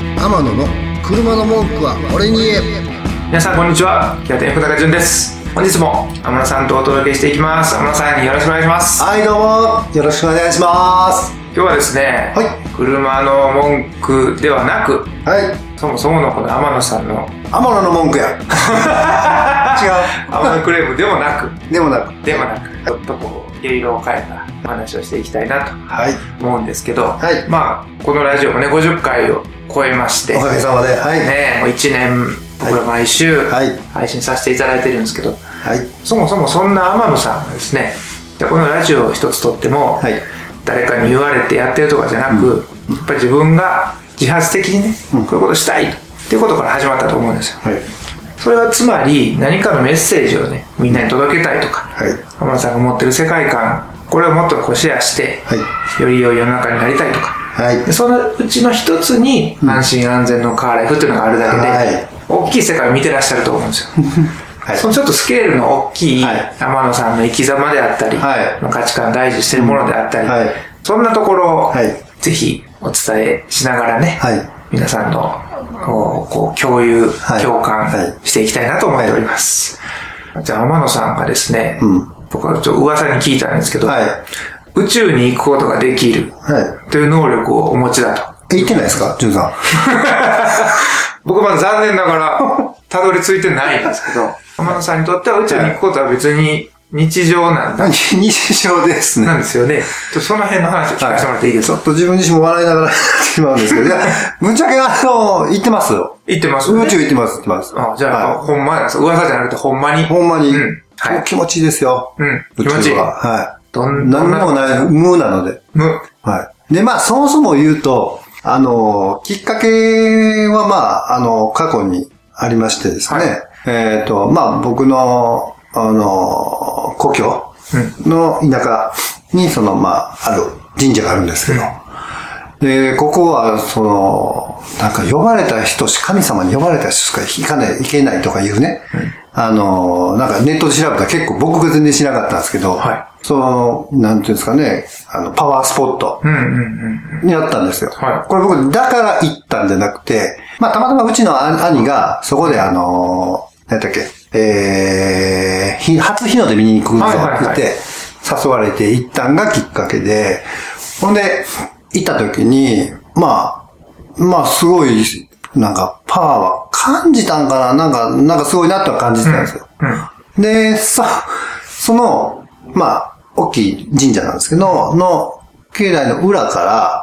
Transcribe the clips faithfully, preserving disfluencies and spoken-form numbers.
天野の車の文句は俺に言え。 皆さんこんにちは、キャプテン福永潤です。本日も天野さんとお届けしていきます。天野さんによろしくお願いします。 はい、どうもよろしくお願いします。 今日はですね、はい、車の文句ではなく、はい、そもそものこの天野さんの天野の文句や違う天野クレームでもなくでもなくでもなくちょっとこう毛色を変えたお話をしていきたいなと思うんですけど、はい、まあこのラジオもねごじゅっかいを超えまして、 おかげさまで、はい、 ね、もういちねん僕ら毎週配信させていただいてるんですけど、はい、そもそもそんな天野さんがですね、このラジオを一つとっても、はい、誰かに言われてやってるとかじゃなく、うん、やっぱり自分が自発的にね、うん、こういうことしたいっていうことから始まったと思うんですよ、はい、それはつまり何かのメッセージをねみんなに届けたいとか、はい、天野さんが持ってる世界観、これをもっとこうシェアして、はい、より良い世の中になりたいとか、はい、でそのうちの一つに安心安全のカーライフっていうのがあるだけで、はい、大きい世界を見てらっしゃると思うんですよはい、そのちょっとスケールの大きい天野さんの生き様であったり、はい、価値観を大事しているものであったり、はい、そんなところをぜひお伝えしながらね、はい、皆さんのこう共有、はい、共感していきたいなと思っております、はい、じゃあ天野さんがですね、うん、僕はちょっと噂に聞いたんですけど、はい、宇宙に行くことができるという能力をお持ちだと。 言ってないですか、ジュンさん僕は残念ながらたどり着いてないんですけど、天野さんにとっては宇宙に行くことは別に日常なんだ。 日常ですね。 なんですよね。その辺の話を聞かせてもらっていいですか。 はい、ちょっと自分自身も笑いながらやってしまうんですけど、いや、ぶっちゃけあの、行ってますよ。 行ってますね。 宇宙行ってます、行ってます。 あ、じゃあ、はい、ほんまなんです。噂じゃなくてほんまに。 ほんまに。うん。はい、気持ちいいですよ。 うん。気持ちいい。 はい。どんな。何もない、無なので。 無。 はい。で、まあ、そもそも言うと、あの、きっかけはまあ、あの、過去にありましてですね。はい、えっと、まあ、僕の、あの、故郷の田舎に、その、まあ、ある神社があるんですけど、うん、で、ここは、その、なんか呼ばれた人し、神様に呼ばれた人しか行かない、行けないとかいうね、うん、あの、なんかネットで調べたら結構僕が全然知らなかったんですけど、はい、その、なんていうんですかね、あの、パワースポットにあったんですよ。はい、これ僕、だから行ったんじゃなくて、まあ、たまたまうちの兄が、そこであの、何だっけ、えー、初日の出見に行くぞって言って、誘われて行ったんがきっかけで、ほんで、行った時に、まあ、まあ、すごい、なんか、パワーは感じたんかな、なんか、なんかすごいなとは感じてたんですよ。うんうん、で、そ、その、まあ、大きい神社なんですけど、の、境内の裏から、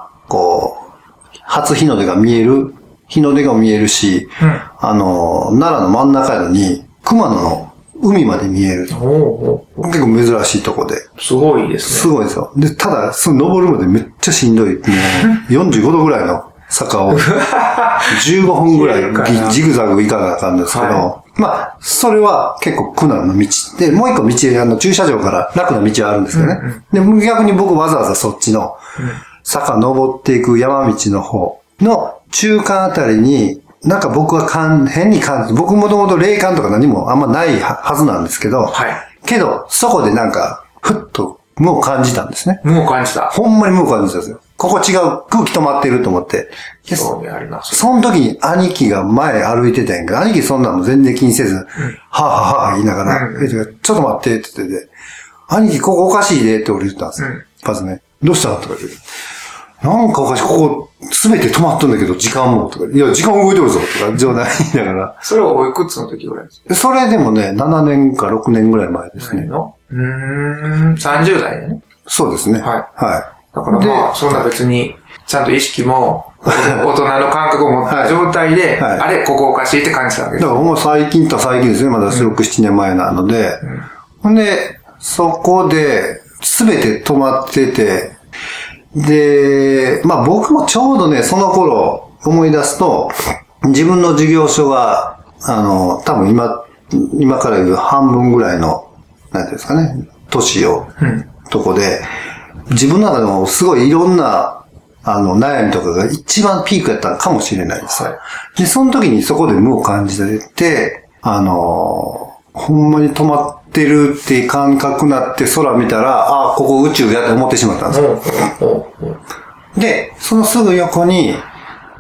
こう、初日の出が見える、日の出が見えるし、うん、あの、奈良の真ん中やのに、熊野の海まで見える。おうおう、結構珍しいとこで。 すごいですね。 すごいですよ。で、ただ、その登るまでめっちゃしんどい。もう、よんじゅうごどぐらいの坂を、じゅうごふんぐらいジグザグ行かなあかんですけど、はい、まあ、それは結構苦難の道。で、もう一個道、あの、駐車場から楽な道はあるんですけどね。うんうん、で、逆に僕わざわざそっちの、坂登っていく山道の方の中間あたりに、なんか僕は感変に感じ、僕もともと霊感とか何もあんまないはずなんですけど、はい、けど、そこでなんか、ふっと無を感じたんですね。 無を感じた。 ほんまに無を感じたんですよ。ここ違う、空気止まってると思って。 興味あります。 その時に兄貴が前歩いてたんやんか、兄貴そんなの全然気にせず、うん、はぁはぁはぁ言いながら、うん、ちょっと待ってって言ってて、兄貴ここおかしいでって俺言ったんですよ。うん、一発目。どうしたとか言って。なんかおかしい、ここ、すべて止まっとんだけど、時間も、とか、いや、時間動いてるぞ、とか、冗談言いながら。 それはおいくつの時ぐらいですか？ それでもね、ななねんかろくねんぐらい前ですね。 のうーん、さんじゅう代でね。 そうですね。 はい。 はい。 だからまあ、そんな別に、ちゃんと意識も、大人の感覚を持った状態で、はいはい、あれ、ここおかしいって感じたわけです。 だからもう最近と最近ですね、まだろく、ななねんまえなので、うん、ほんで、そこで、すべて止まってて、で、まあ僕もちょうどね、その頃思い出すと、自分の事業所が、あの、多分今、今から言う半分ぐらいの、なんていうんですかね、都市を、うん、とこで、自分の中でもすごいいろんな、あの、悩みとかが一番ピークやったかもしれないです。はい、で、その時にそこで無を感じて、あの、ほんまに止まってるって感覚になって空見たら、ああ、ここ宇宙やって思ってしまったんですよ。で、そのすぐ横に、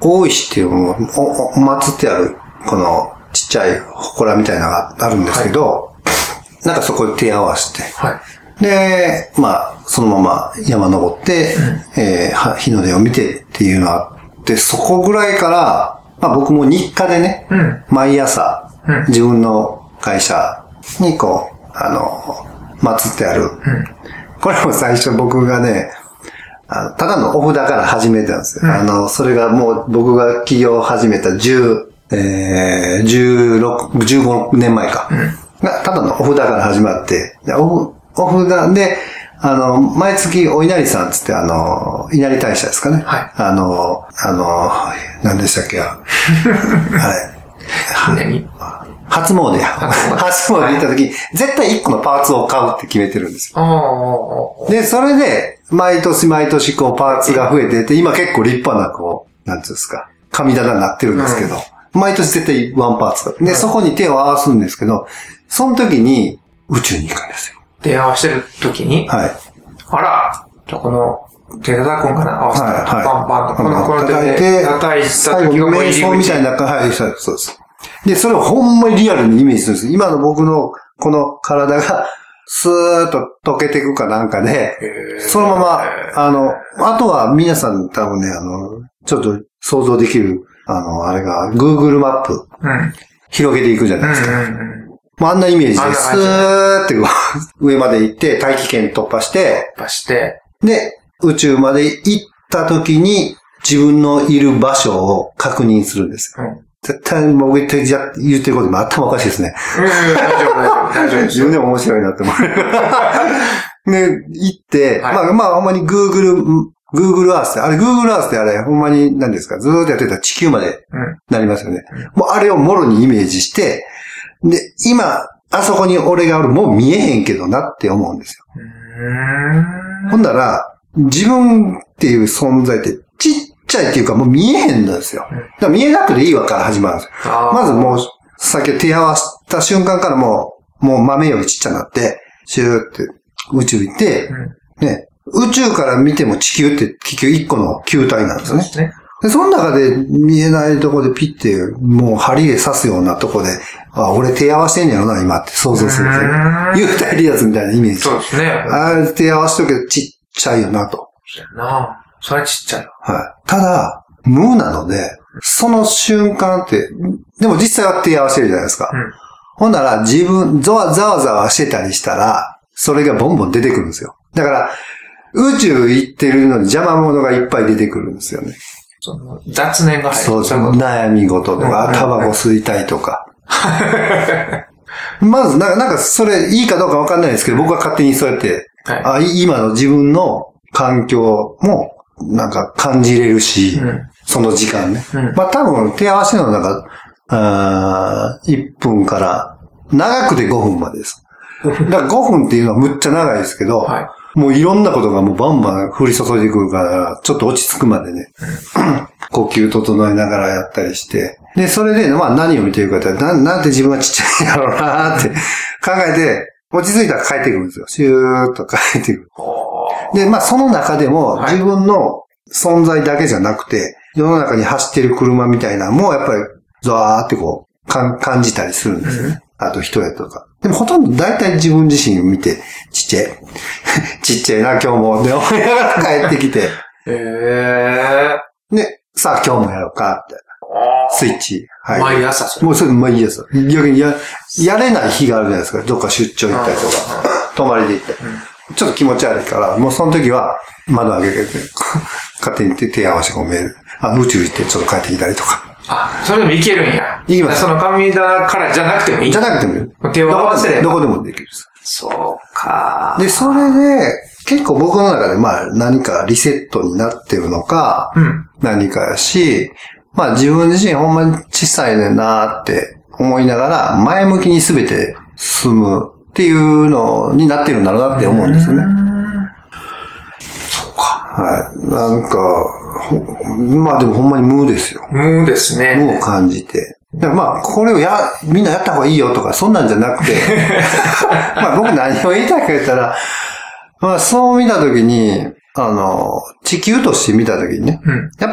大石っていうのをおお祀ってある、このちっちゃい祠みたいなのがあるんですけど、はい、なんかそこで手合わせて、はい、で、まあ、そのまま山登って、うん、えー、日の出を見てっていうのがあって、そこぐらいから、まあ僕も日課でね、うん、毎朝、うん、自分の会社にこう、あの、祀ってある。うん、これも最初僕がね、あのただのお札から始めたんですよ。うん、あの、それがもう僕が起業を始めた10、えー、じゅうろく、じゅうごねんまえか。うん、がただのお札から始まって、お、お札で、あの、毎月お稲荷さんつってあの、稲荷大社ですかね。はい。あの、あの、何でしたっけあれ。 何初詣や。初詣行った時、絶対いっこのパーツを買うって決めてるんですよ。で、それで、毎年毎年こうパーツが増えてて、今結構立派なこう、なんていうんですか、神棚になってるんですけど、うん、毎年絶対ワンパーツが。で、そこに手を合わすんですけど、その時に宇宙に行くんですよ。 手合わせてる時にはい。あら、じゃあこの、手叩くんかな合わせて、はい、はい。パンパンと、この、この手で叩いた時がもう瞑想みたいな、はい、そうです。で、それをほんまにリアルにイメージするんです。今の僕のこの体がスーッと溶けていくかなんかで、そのまま、あの、あとは皆さん多分ね、あの、ちょっと想像できる、あの、あれが Google マップ、うん、広げていくじゃないですか。うんうんうん、もうあんなイメージでスーッて上まで行って大気圏突破して、 突破して、 で、宇宙まで行った時に自分のいる場所を確認するんですよ。うん、絶対僕言って言ってることも頭おかしいですね。 うん、大丈夫、大丈夫、大丈夫です。 自分でも面白いなって思う。で、行って、はい、まあまあほんまに Google、Google Earth って、あれ Google Earth ってあれほんまに何ですか、ずーっとやってたら地球までなりますよね。うん、もうあれをもろにイメージして、で、今、あそこに俺がおる、もう見えへんけどなって思うんですよ。うーんほんなら、自分っていう存在ってちっちゃいっていうかもう見えへんのですよ。だから見えなくていいわから始まるんですよ。まずもう、さっき手合わせた瞬間からもう、もう豆よりちっちゃくなって、シューって宇宙行って、うん、ね、宇宙から見ても地球って結局一個の球体なんですよね。そうですね。で、その中で見えないとこでピッて、もう針で刺すようなとこで、あ、俺手合わせてんやろな、今って想像するんですよ。幽体離脱みたいなイメージ。 そうですね。 あれ手合わせとけどちっちゃいよなと。 そうやな。それちっちゃいよ。 はい。ただ、無なので、その瞬間って、でも実際は手合わせるじゃないですか。うん、ほんなら自分、ざわざわざわしてたりしたら、それがボンボン出てくるんですよ。だから、宇宙行ってるのに邪魔者がいっぱい出てくるんですよね。 その雑念が入る。 そうそう。悩み事とか、タバコ吸いたいとか。まずな、なんかそれいいかどうかわかんないですけど、僕は勝手にそうやって、はい、あ今の自分の環境もなんか感じれるし、うん、その時間ね。うん、まあ多分手合わせのなんか、あいっぷんから長くてごふんまでです。だからごふんっていうのはむっちゃ長いですけど、はいもういろんなことがもうバンバン降り注いでくるから、ちょっと落ち着くまでね、呼吸整えながらやったりして、で、それで、まあ何を見てるかってな、なんて自分がちっちゃいんやろうなーって考えて、落ち着いたら帰ってくるんですよ。シューッと帰ってくる。で、まあその中でも自分の存在だけじゃなくて、世の中に走ってる車みたいなのもやっぱりザーってこう、か感じたりするんですよね。あと人やとか。でもほとんど大体自分自身を見て、ちっちゃい。ちっちゃいな、今日も。で、思いながら帰ってきて。へー。で、さあ今日もやろうか、みたいな。スイッチ。 はい。毎朝それ。 もうそれ毎朝。逆にや、やれない日があるじゃないですか。どっか出張行ったりとか。泊まりで行って。うん、ちょっと気持ち悪いから、もうその時は窓開けて、勝手に手合わせてごめん。あの宇宙行ってちょっと帰ってきたりとか。 あ、それでもいけるんや。 いきます。 その神棚からじゃなくてもいいじゃなくてもいい。 手を合わせれば。 どこでもできるです。 そうか。 で、それで、結構僕の中でまあ何かリセットになってるのか、うん、何かやし、まあ自分自身ほんまに小さいねんなーって思いながら、前向きに全て進むっていうのになってるんだろうなって思うんですよね。 そうか。 はい。なんか、まあでもほんまに無ですよ。 無ですね。 無を感じて。だからまあ、これをや、みんなやった方がいいよとか、そんなんじゃなくて、まあ僕何を言いたいか言ったら、まあそう見たときに、あの、地球として見たときにね、うん、やっぱり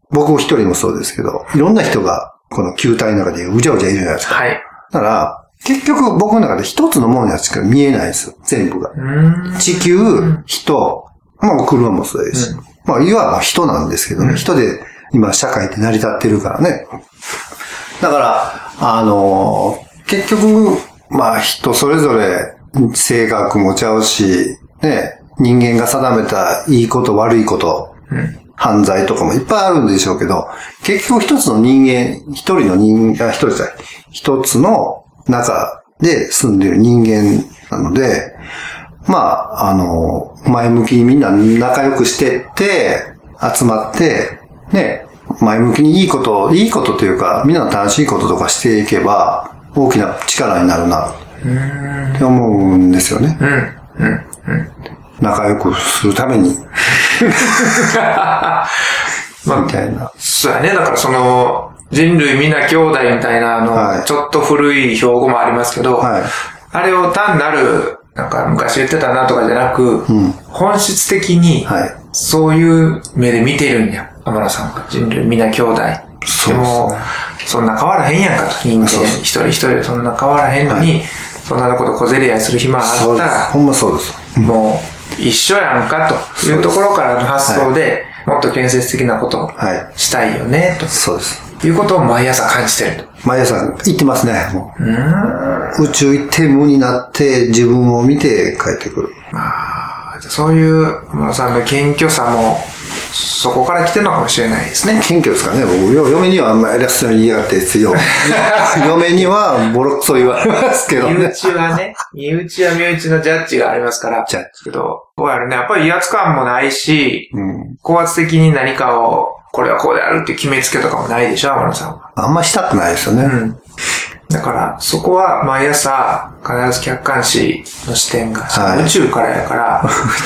僕一人もそうですけど、いろんな人がこの球体の中でうじゃうじゃいるじゃないですか。はい。だから、結局僕の中で一つのものにしか見えないんですよ。全部が。地球、人、まあ車もそうですし。うん、まあいわば人なんですけどね。うん、人で今社会って成り立ってるからね。だから、あのー、結局、まあ人それぞれ性格もちゃうし、ね、人間が定めたいいこと悪いこと、うん、犯罪とかもいっぱいあるんでしょうけど、結局一つの人間、一人の人間、一人じゃない、一つの中で住んでる人間なので、まあ、あの、前向きにみんな仲良くしてって、集まって、ね、前向きにいいこと、いいことというか、みんなの楽しいこととかしていけば、大きな力になるな、って思うんですよね。うん。うん。うん。仲良くするために。 まあ、みたいな。そうやね。だからその、人類皆兄弟みたいな、あの、はい、ちょっと古い標語もありますけど、はい、あれを単なる、なんか昔言ってたなとかじゃなく、うん、本質的に、そういう目で見てるんや、天野さんが。人類皆兄弟。そうでも、そんな変わらへんやんかと。人間一人一人そんな変わらへんのに、はい、そんなこと小競り合いする暇あったら、 ほんまそうです。 もう、一緒やんかというところからの発想で、はい、もっと建設的なことをしたいよね、と。 そうです。 いうことを毎朝感じてると。 毎朝行ってますね、もう。うーん宇宙行って無になって自分を見て帰ってくる。 まあ、そういう、天野さんの謙虚さも、そこから来てるのかもしれないですね。 謙虚ですかね。僕、嫁にはあんまり偉そうに言いやがってですよ。嫁にはボロクソ言われますけどね。 身内はね、身内は身内のジャッジがありますから。ジャッジ。けど、どうやるね。やっぱり威圧感もないし、うん、高圧的に何かを、これはこうであるっていう決めつけとかもないでしょ、天野さんは。 あんましたくないですよね。うん。 だから、そこは毎朝、必ず客観視の視点が、はい、宇宙からやから、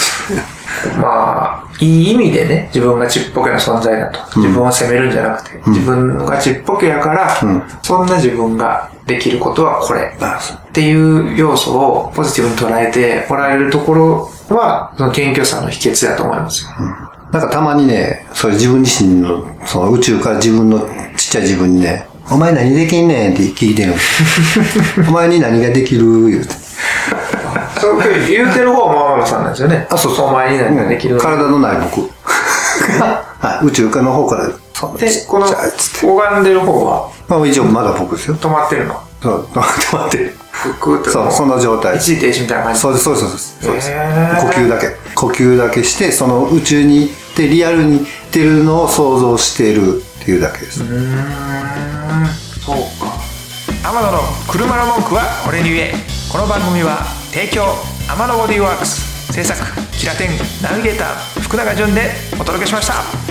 まあ、いい意味でね、自分がちっぽけな存在だと。自分を責めるんじゃなくて、うん、自分がちっぽけやから、うん、そんな自分ができることはこれ。っていう要素をポジティブに捉えておられるところは、その謙虚さの秘訣だと思いますよ。うんなんかたまにね、それ自分自身の、その宇宙から自分のちっちゃい自分にね、お前何できんねんって聞いてる。お前に何ができる言うて。 そう言うてる方も天野さんなんですよね。 あ、そうそう。 お前に何ができる、 うん、体のない僕。はい、宇宙からの方から。 で、この拝んでる方はまあ一応まだ僕ですよ。 止まってるのそう、止まってる。 グーってそう、その状態。 一時停止みたいな感じ。 そうです、そうです、そうです。呼吸だけ。呼吸だけして、その宇宙に行って、リアルに行ってるのを想像しているっていうだけです。うーん、 そうか。天野の車の文句は俺に言え。この番組は提供天野ボディーワークス、制作キラテンナビゲーター福永潤でお届けしました。